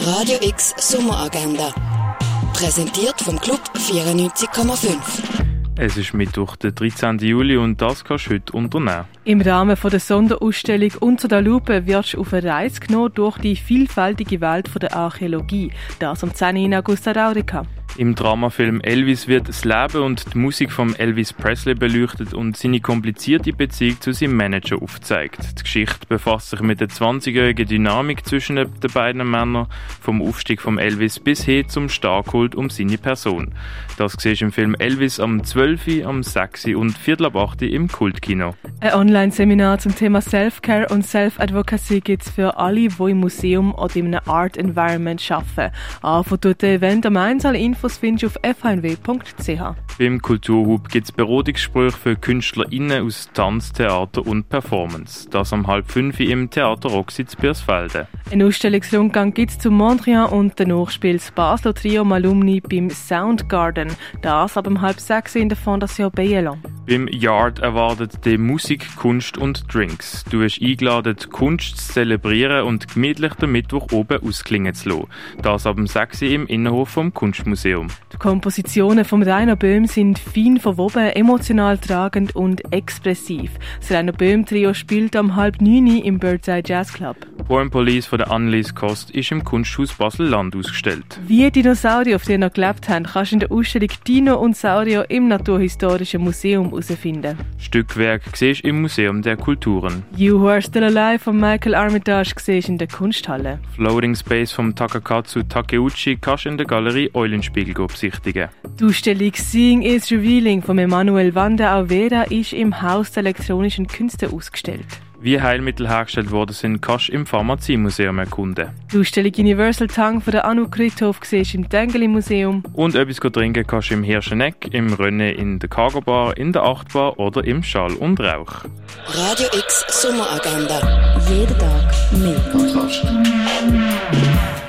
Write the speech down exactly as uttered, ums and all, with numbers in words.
Radio X Sommeragenda. Präsentiert vom Club vierundneunzig Komma fünf. Es ist Mittwoch, der dreizehnten Juli, und das kannst du heute unternehmen. Im Rahmen der Sonderausstellung «Unter der Lupe» wirst du auf eine Reise genommen durch die vielfältige Welt der Archäologie. Das um zehn Uhr in Augusta Raurica. Im Dramafilm Elvis wird das Leben und die Musik von Elvis Presley beleuchtet und seine komplizierte Beziehung zu seinem Manager aufgezeigt. Die Geschichte befasst sich mit der zwanzigjährigen Dynamik zwischen den beiden Männern, vom Aufstieg von Elvis bis hin zum Starkkult um seine Person. Das siehst du im Film Elvis am zwölf Uhr, am sechs Uhr und viertel ab acht Uhr im Kultkino. Ein Online-Seminar zum Thema Self-Care und Self-Advocacy gibt es für alle, die im Museum oder in einem Art-Environment arbeiten. Anfangen tut der Event am eins. Alle Infos findest du auf f h n w punkt c h. Beim Kulturhub gibt es Beratungsgespräche für KünstlerInnen aus Tanz, Theater und Performance. Das um halb fünf im Theater Roxy zu Birsfelde. Ein Ausstellungsrundgang gibt es zu Mondrian und danach spielt das Basler Trio Malumni beim Soundgarden. Das ab um halb sechs in der Fondation Bielon. Beim Yard erwartet die Musik, Kunst und Drinks. Du bist eingeladen, die Kunst zu zelebrieren und gemütlich den Mittwoch oben ausklingen zu lassen. Das ab um sechs Uhr im Innenhof vom Kunstmuseum. Die Kompositionen von Rainer Böhm sind fein verwoben, emotional tragend und expressiv. Das Rainer Böhm Trio spielt am halb neun im Birdseye Jazz Club. Poem Police von der Annelies Kost ist im Kunsthaus Basel-Land ausgestellt. Wie Dinosaurier auf denen noch gelebt haben, kannst du in der Ausstellung Dino und Saurier im Naturhistorischen Museum herausfinden. Stückwerk siehst du im Museum der Kulturen. You Who Are Still Alive von Michael Armitage siehst du in der Kunsthalle. Floating Space vom Takakatsu Takeuchi kannst du in der Galerie Eulenspiegel besichtigen. Die Ausstellung Seeing is Revealing von Emanuel Wanda Alvera ist im Haus der elektronischen Künste ausgestellt. Wie Heilmittel hergestellt worden sind, kannst du im Pharmaziemuseum erkunden. Die Ausstellung Universal Tongue von der Anu Krithoff siehst du im Tengeli Museum. Und etwas trinken kannst du im Hirscheneck, im Rönne, in der Cargo Bar, in der Achtbar oder im Schall und Rauch. Radio X Sommeragenda. Jeden Tag mehr. Kontrast.